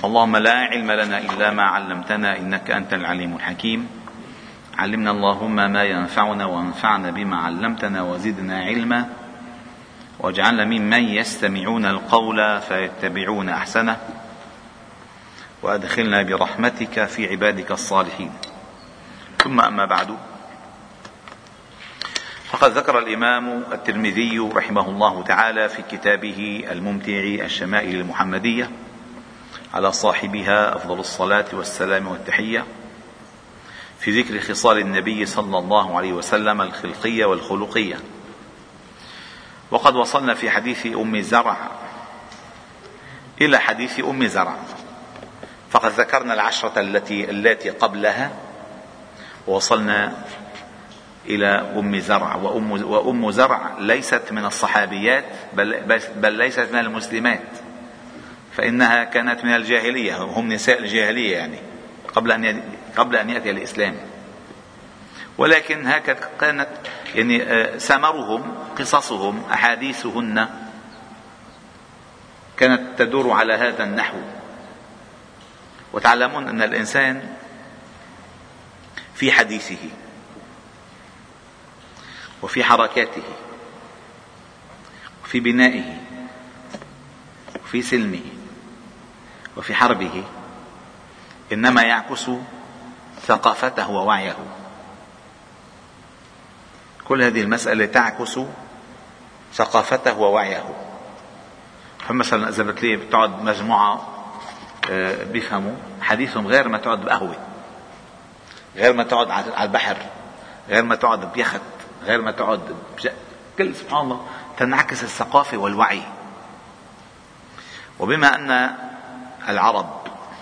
اللهم لا علم لنا إلا ما علمتنا إنك أنت العليم الحكيم. علمنا اللهم ما ينفعنا وانفعنا بما علمتنا وزدنا علما، واجعلنا ممن يستمعون القول فيتبعون أحسنه، وأدخلنا برحمتك في عبادك الصالحين. ثم أما بعد، فقد ذكر الإمام الترمذي رحمه الله تعالى في كتابه الممتع الشمائل المحمدية على صاحبها أفضل الصلاة والسلام والتحية في ذكر خصال النبي صلى الله عليه وسلم الخلقية والخلقية. وقد وصلنا في حديث أم زرع إلى حديث أم زرع، فقد ذكرنا العشرة التي قبلها، ووصلنا إلى أم زرع. وأم زرع ليست من الصحابيات بل ليست من المسلمات، فإنها كانت من الجاهلية، هم نساء الجاهلية يعني قبل أن يأتي الإسلام. ولكن هكذا كانت يعني سمرهم، قصصهم، أحاديثهن كانت تدور على هذا النحو. وتعلمون أن الإنسان في حديثه وفي حركاته وفي بنائه وفي سلمه وفي حربه إنما يعكس ثقافته ووعيه. كل هذه المسألة تعكس ثقافته ووعيه. فمثلا إذا بتقعد مجموعة بيفهموا حديثهم غير ما تقعد بقهوة، غير ما تقعد على البحر، غير ما تقعد بيخت، غير ما تقعد كل سبحان الله تنعكس الثقافة والوعي. وبما أن العرب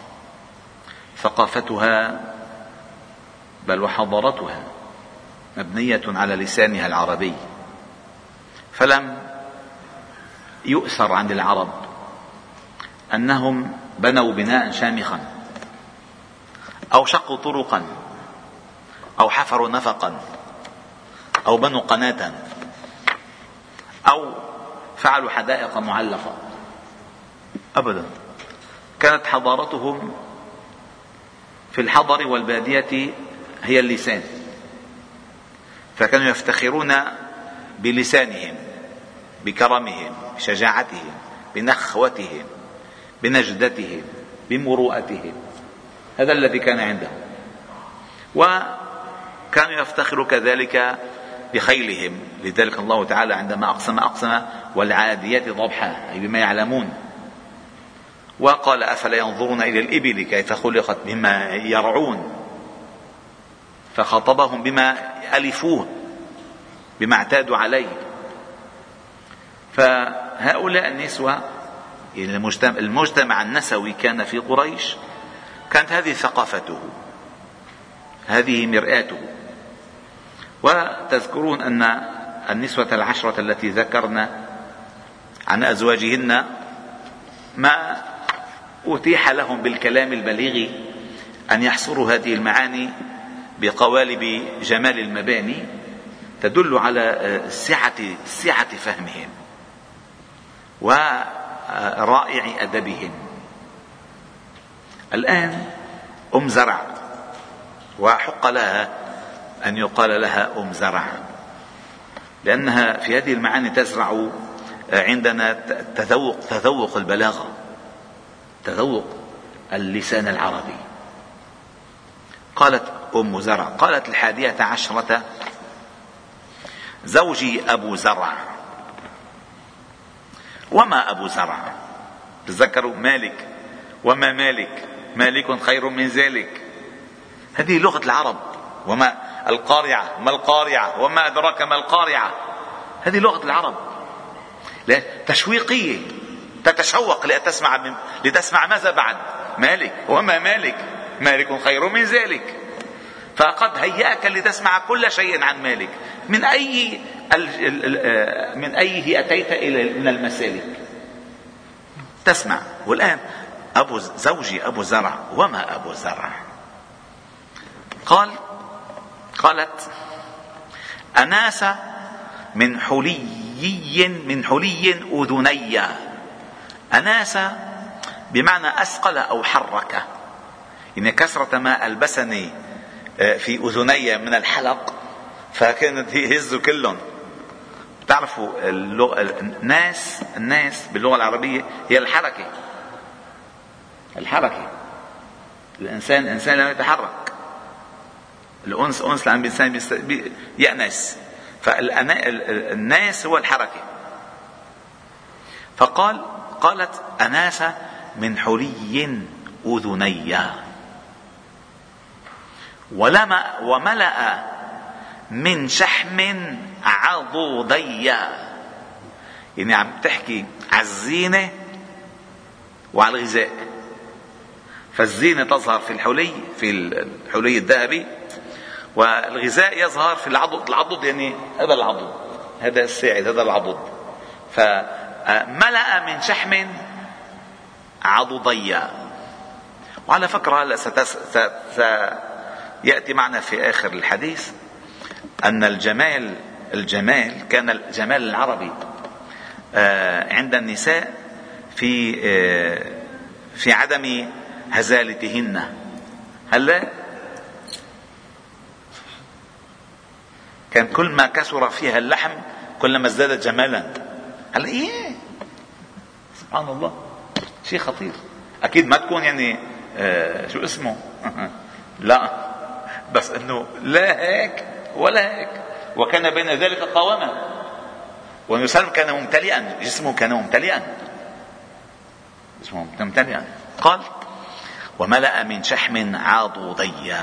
ثقافتها بل وحضارتها مبنية على لسانها العربي، فلم يؤثر عند العرب أنهم بنوا بناء شامخا أو شقوا طرقا أو حفروا نفقا أو بنوا قناة أو فعلوا حدائق معلقة. أبدا، كانت حضارتهم في الحضر والبادية هي اللسان، فكانوا يفتخرون بلسانهم، بكرمهم، بشجاعتهم، بنخوتهم، بنجدتهم، بمروءتهم. هذا الذي كان عندهم. وكانوا يفتخروا كذلك بخيلهم، لذلك الله تعالى عندما أقسم والعاديات ضبحا، أي بما يعلمون. وقال أفلا ينظرون إلى الإبل كيف خلقت بما يرعون، فخاطبهم بما ألفوه، بما اعتادوا عليه. فهؤلاء النسوة، المجتمع النسوي كان في قريش، كانت هذه ثقافته، هذه مرآته. وتذكرون أن النسوة العشرة التي ذكرنا عن أزواجهن ما أتيح لهم بالكلام البليغ أن يحصروا هذه المعاني بقوالب جمال المباني تدل على سعة فهمهم ورائع أدبهم. الآن أم زرع، وحق لها أن يقال لها أم زرع، لأنها في هذه المعاني تزرع عندنا تذوق البلاغة، تذوق اللسان العربي. قالت أم زرع، قالت 11: زوجي أبو زرع. وما أبو زرع؟ تذكروا مالك، وما مالك خير من ذلك. هذه لغة العرب. وما القارعة، ما القارعة، وما أدراك ما القارعة. هذه لغة العرب تشويقية، تتشوق لتسمع ماذا بعد مالك، وما مالك خير من ذلك. فقد هيأك لتسمع كل شيء عن مالك من أيه أتيت من المسالك تسمع. والآن زوجي أبو زرع. وما أبو زرع؟ قالت أناس من حلي أذني. أناس بمعنى أثقل أو حرك. يعني كثرة ما ألبسني في أذني من الحلق فكانت يهزوا كلهم. تعرفوا الناس باللغة العربية هي الحركة. الإنسان لا يتحرك. الأنس لأن الإنسان يأنس، فالناس هو الحركة. قالت أناس من حلي أذني وملأ من شحم عضدي. يعني عم تحكي على الزينة وعلى الغذاء. فالزينة تظهر في الحلي الذهبي، والغذاء يظهر في العضد. يعني هذا العضد، هذا الساعد، هذا العضد. فملأ من شحم عضدي. وعلى فكرة هلا سيأتي معنا في آخر الحديث أن الجمال كان الجمال العربي عند النساء في عدم هزالتهن. هلا كان كل ما كثر فيها اللحم كلما ازدادت جمالا. هلا ايه سبحان الله، شيء خطير. اكيد ما تكون يعني شو اسمه لا، بس انه لا هيك ولا هيك. وكان بين ذلك قوامة. وأن سلم كان ممتلئا، جسمه كان ممتلئا. قال وملأ من شحم عضدي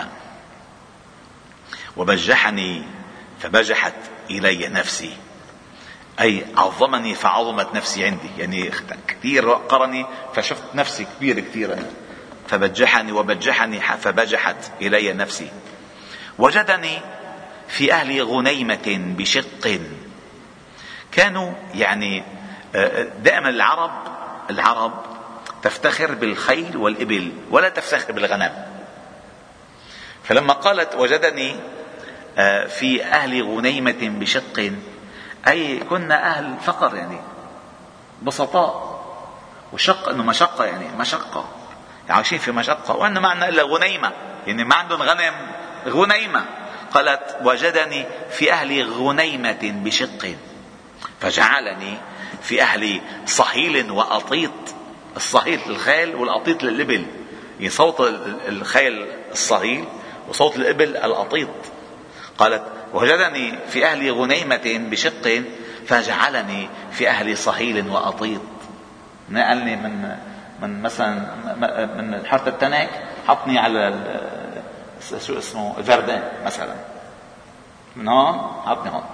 وبجحني فبجحت إلي نفسي، أي عظمني فعظمت نفسي عندي. يعني كثير قرني فشفت نفسي كبير كثير. فبجحني وبجحني فبجحت إلي نفسي. وجدني في أهل غنيمة بشق. كانوا يعني دائما العرب تفتخر بالخيل والإبل ولا تفتخر بالغنم. فلما قالت وجدني في أهل غنيمة بشق، أي كنا أهل فقر، يعني بسطاء. وشق أنه مشقة، يعني مشقة، عايشين في مشقة. وأن معنى إلا غنيمة، يعني ما عندهم غنم، غنيمة. قالت وجدني في أهل غنيمة بشق فجعلني في أهل صهيل وأطيط. الصهيل الخيل والأطيط للإبل، يعني صوت الخيل الصهيل وصوت الإبل الأطيط. قالت وجدني في أهل غنيمة بشق فجعلني في أهل صهيل وأطيط. نقلني من مثلا من حارة التناك، حطني على شو اسمه الفردان مثلا، من هون حطني هون.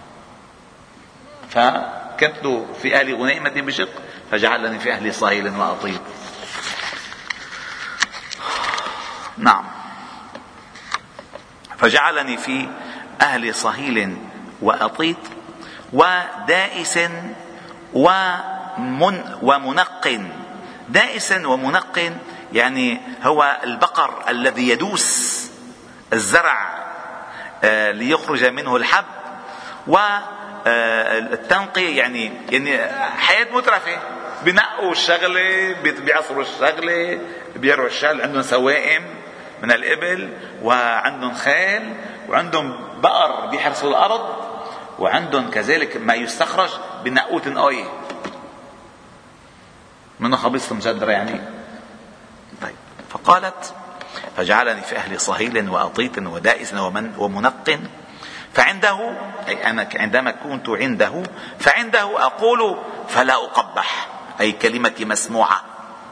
فكنت في أهل غنيمة بشق فجعلني في أهل صهيل وأطيط. نعم، فجعلني في أهل صهيل وأطيط ودائس ومنق. دائس ومنق يعني هو البقر الذي يدوس الزرع ليخرج منه الحب. والتنقي يعني حياة مترفة، بنقوا الشغلة، بيعصروا الشغلة، بيروا الشغل. عندهم سوائم من الإبل، وعندهم خيل، وعندهم بقر بيحرسوا الأرض، وعندهم كذلك ما يستخرج بنقوة نقاية منه خبيصة مجدرة يعني. طيب، فقالت فجعلني في أهل صهيل وأطيط ودائس ومنق. فعنده، أي أنا عندما كنت عنده، فعنده أقول فلا أقبح، أي كلمتي مسموعة.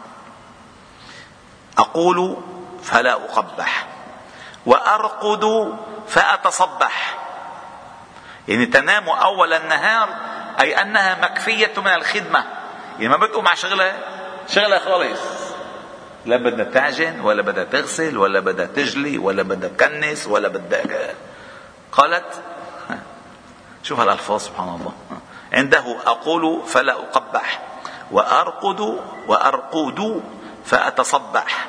أقول فلا أقبح وأرقد فأتصبح. يعني تنام أول النهار، أي أنها مكفية من الخدمة. يعني ما بتقوم مع شغلة خالص، لا بدها تعجن ولا بدها تغسل ولا بدها تجلي ولا بدها تكنس ولا بدها. قالت شوف الألفاظ سبحان الله. عنده أقول فلا أقبح وأرقد فأتصبح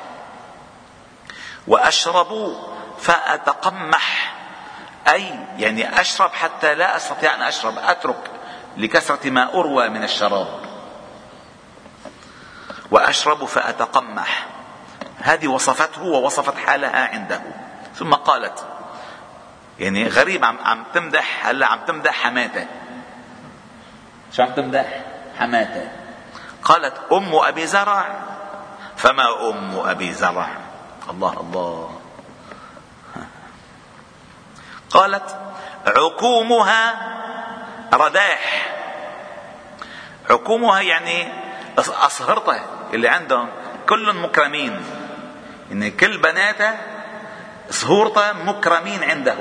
وأشرب فأتقمح، أي يعني أشرب حتى لا أستطيع أن أشرب، أترك لكثرة ما أروى من الشراب. وأشرب فأتقمح. هذه وصفته ووصفت حالها عنده. ثم قالت، يعني غريب، عم تمدح، هلا عم تمدح حماته. شو عم تمدح؟ حماته. قالت أم أبي زرع. فما أم أبي زرع؟ الله الله. قالت عكومها رداح. عكومها يعني أصهرته اللي عندهم كلهم مكرمين، يعني كل بناته صهورته مكرمين عنده.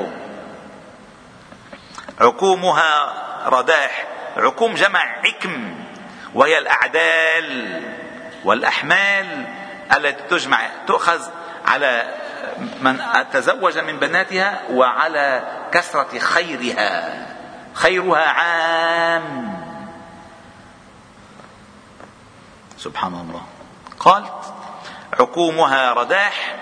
عكومها رداح. عكوم جمع عكم، وهي الأعدال والأحمال التي تجمع تؤخذ على من تزوج من بناتها وعلى كثرة خيرها. خيرها عام. سبحان الله. قالت عكومها رداح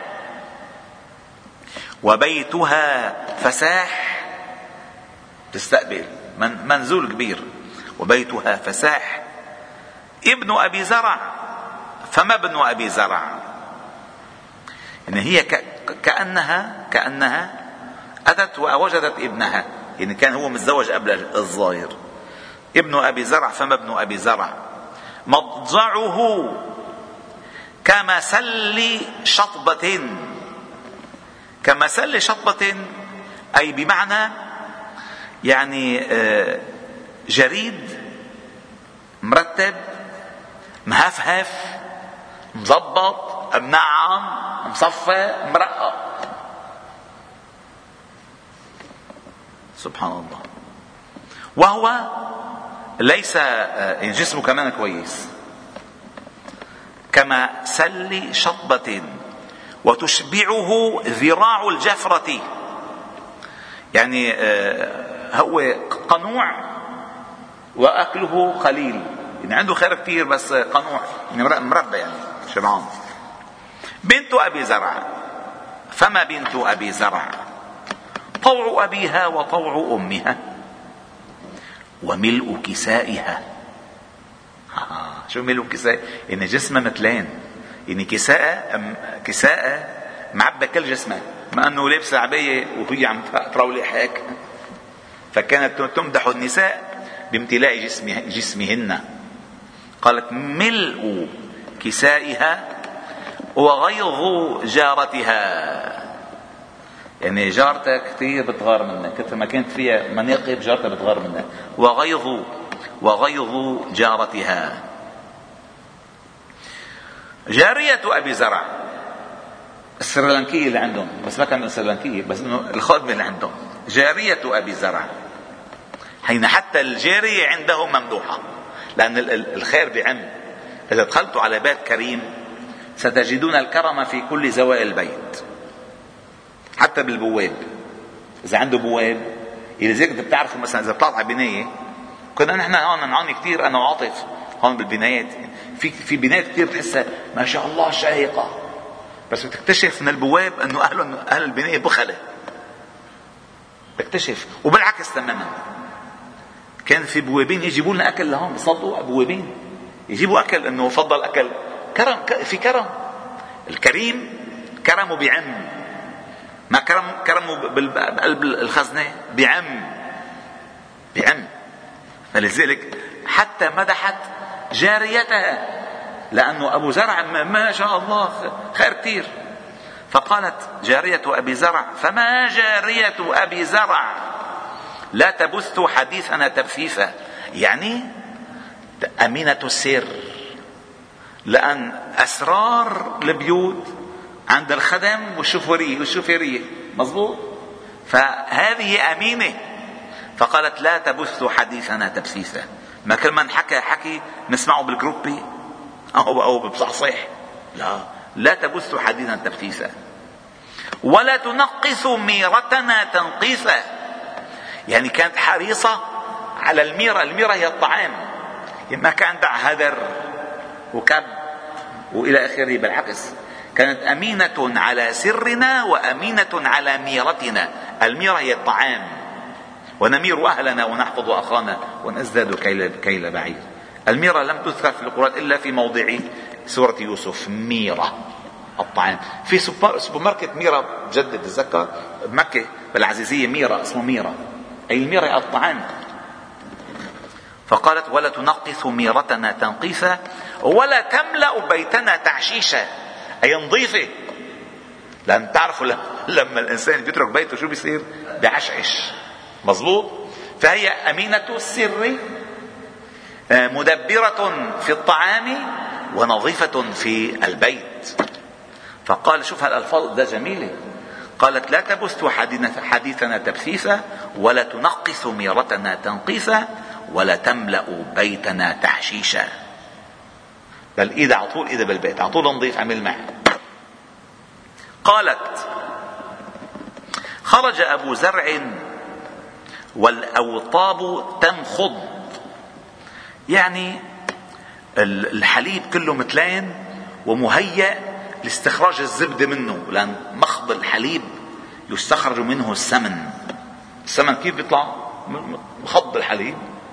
وبيتها فساح. تستقبل منزول كبير. وبيتها فساح. ابن أبي زرع. فما ابن أبي زرع؟ يعني هي كأنها أتت ووجدت ابنها، يعني كان هو متزوج قبل الظاهر. ابن أبي زرع. فما ابن أبي زرع؟ مضجعه كمسل شطبة. كمسل شطبة أي بمعنى يعني جريد مرتب مهفهف مضبط منعم مصفى مرقق. سبحان الله. وهو ليس جسمه كمان كويس. كما سل شطبة وتشبعه ذراع الجفرة. يعني هو قنوع وأكله قليل، يعني عنده خير كثير بس قنوع، يعني مربى، يعني شبعان. بنت أبي زرع. فما بنت أبي زرع؟ طوع أبيها وطوع أمها وملء كسائها. شو ملء كسائها؟ يعني جسمها مثلين، يعني كساء معبى كل جسمها، ما أنه لابس عباية وهي عم ترولح هيك. فكانت تمدح النساء بامتلاء جسمهن. قالت ملء كسائها وغيظ جارتها. يعني جارتها كثير بتغار منها، كثر ما كانت فيها مناقب جارتها بتغار منها. وغيظ جارتها. جارية أبي زرع السريلانكية اللي عندهم، بس ما كانت السريلانكية، بس انه الخادمة اللي عندهم جارية أبي زرع. حين حتى الجارية عندهم ممدوحة، لأن الخير بعم. إذا دخلتوا على بيت كريم ستجدون الكرم في كل زوايا البيت، حتى بالبواب. إذا عنده بواب، إذا زيك بتعرفوا مثلا إذا طلعت على بناية، كنا نحن هون نعاني كثير أنا وعاطف هون بالبنايات. في بنايات كثير بتحسها ما شاء الله شاهقة، بس بتكتشف من البواب أنه أهل البناية بخلة. بتكتشف. وبالعكس تماما، كان في بوابين يجيبوا لنا أكل لهون، بيصلوا بوابين يجيبوا أكل، أنه فضل أكل. كرم، في كرم. الكريم كرمه بعم، ما كرمه بقلب الخزنة، بعم. فلذلك حتى مدحت جاريتها، لأنه أبو زرع ما شاء الله خير كتير. فقالت جارية أبي زرع فما جارية أبي زرع لا تبث حديثنا تبثيثا. يعني أمينة السر، لأن أسرار البيوت عند الخدم والشوفيرية مظبوط، فهذه أمينة. فقالت لا تبث حديثنا تبثيثا. ما كل من حكي نسمعه بالجروبي أو بصحصح. لا تبث حديثا تبثيثا ولا تنقص ميرتنا تنقيثا. يعني كانت حريصة على الميرة. الميرة هي الطعام، ما كان دع هدر وكب وإلى آخره. بالعكس كانت أمينة على سرنا وأمينة على ميرتنا. الميرة هي الطعام. ونمير أهلنا ونحفظ أخانا ونزداد كيل بعير. الميرة لم تذكر في القرآن إلا في موضع سورة يوسف ميرة الطعام. في سوبر ماركت ميرة بجدة بتذكر بمكة بالعزيزية ميرة اسمه ميرة، أي الميرة الطعام. فقالت ولا تنقص ميرتنا تنقيسا ولا تملأ بيتنا تعشيشا، أي نظيفة. لأن تعرفوا لما الإنسان بيترك بيته شو بيصير؟ بعشعش. مظبوط. فهي أمينة السر مدبرة في الطعام ونظيفة في البيت. فقال شوف هالألفاظ ده جميلة. قالت لا تبث حديثنا تبثيثا ولا تنقص ميرتنا تنقيسا ولا تملأ بيتنا تحشيشا. بل إذا على طول إذا بالبيت على طول نظيف عمل معي. قالت خرج أبو زرع والأوطاب تمخض، يعني الحليب كله متلين ومهيأ لاستخراج الزبدة منه، لأن مخض الحليب يستخرج منه السمن. السمن كيف بيطلع؟ مخض الحليب،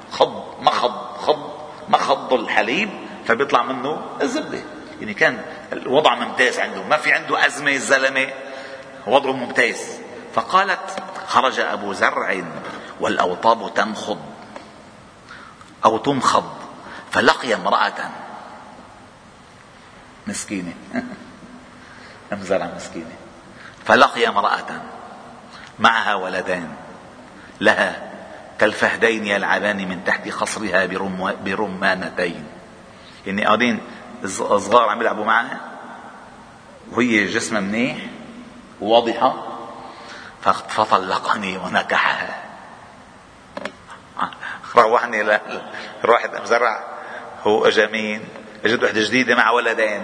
مخض الحليب فبيطلع منه الزبدة. يعني كان الوضع ممتاز عنده، ما في عنده أزمة الزلمة، وضعه ممتاز. فقالت خرج أبو زرع والأوطاب تمخض أو تمخض فلقي امرأة مسكينة أم زرع مسكينة، فلقي امرأة معها ولدان لها كالفهدين يلعبان من تحت خصرها برمانتين. يعني قاعدين صغار عم يلعبوا معها وهي جسمها منيح وواضحة. فطلقني ونكحها. روحني روحت أم زرع هو أجمين اجت وحدة جديدة مع ولدين.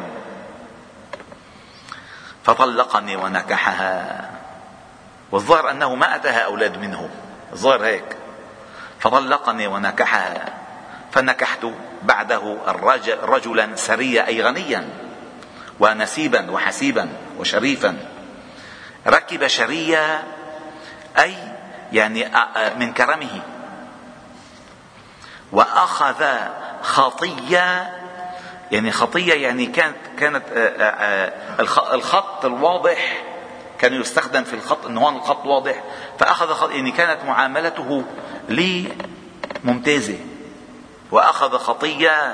فطلقني ونكحها، والظاهر أنه ما أتاها أولاد منه، الظاهر هيك. فطلقني ونكحها فنكحت بعده رجلا سريا أي غنيا ونسيبا وحسيبا وشريفا. ركب شريا أي يعني من كرمه. وأخذ خطية، يعني خطية يعني كانت الخط الواضح كان يستخدم في الخط انه هون الخط واضح. فأخذ خط يعني كانت معاملته لي ممتازة. وأخذ خطية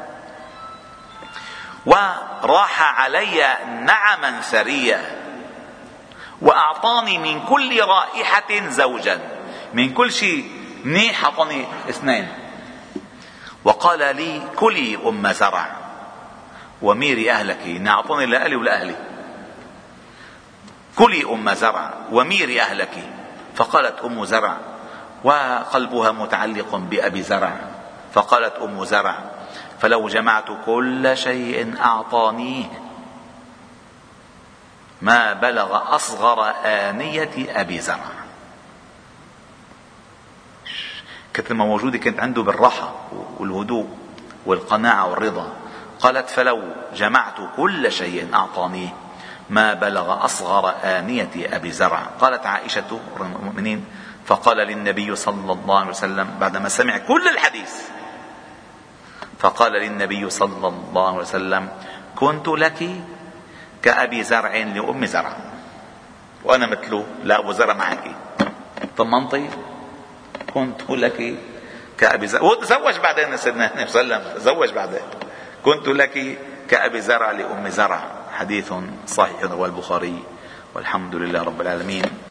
وراح علي نعما ثريا وأعطاني من كل رائحة زوجا. من كل شيء منيح أعطاني اثنين. وقال لي كلي أم زرع وميري أهلك. أعطاني لأهلي ولأهلي. كلي أم زرع وميري أهلك. فقالت أم زرع وقلبها متعلق بأبي زرع. فقالت أم زرع فلو جمعت كل شيء أعطانيه ما بلغ أصغر آنية أبي زرع. كثر ما موجودة كانت عنده بالراحة والهدوء والقناعة والرضا. قالت فلو جمعت كل شيء أعطانيه ما بلغ أصغر آنية أبي زرع. قالت عائشة المؤمنين فقال للنبي صلى الله عليه وسلم بعدما سمع كل الحديث، فقال للنبي صلى الله عليه وسلم كنت لك كأبي زرع لأم زرع وأنا مثله لأبو زرع معك. طمنتي كنت لك كأبي زرع. وتزوج بعدين سيدنا النبي صلى الله عليه وسلم، تزوج بعدين. كنت لك كأبي زرع لأم زرع. حديث صحيح رواه البخاري والحمد لله رب العالمين.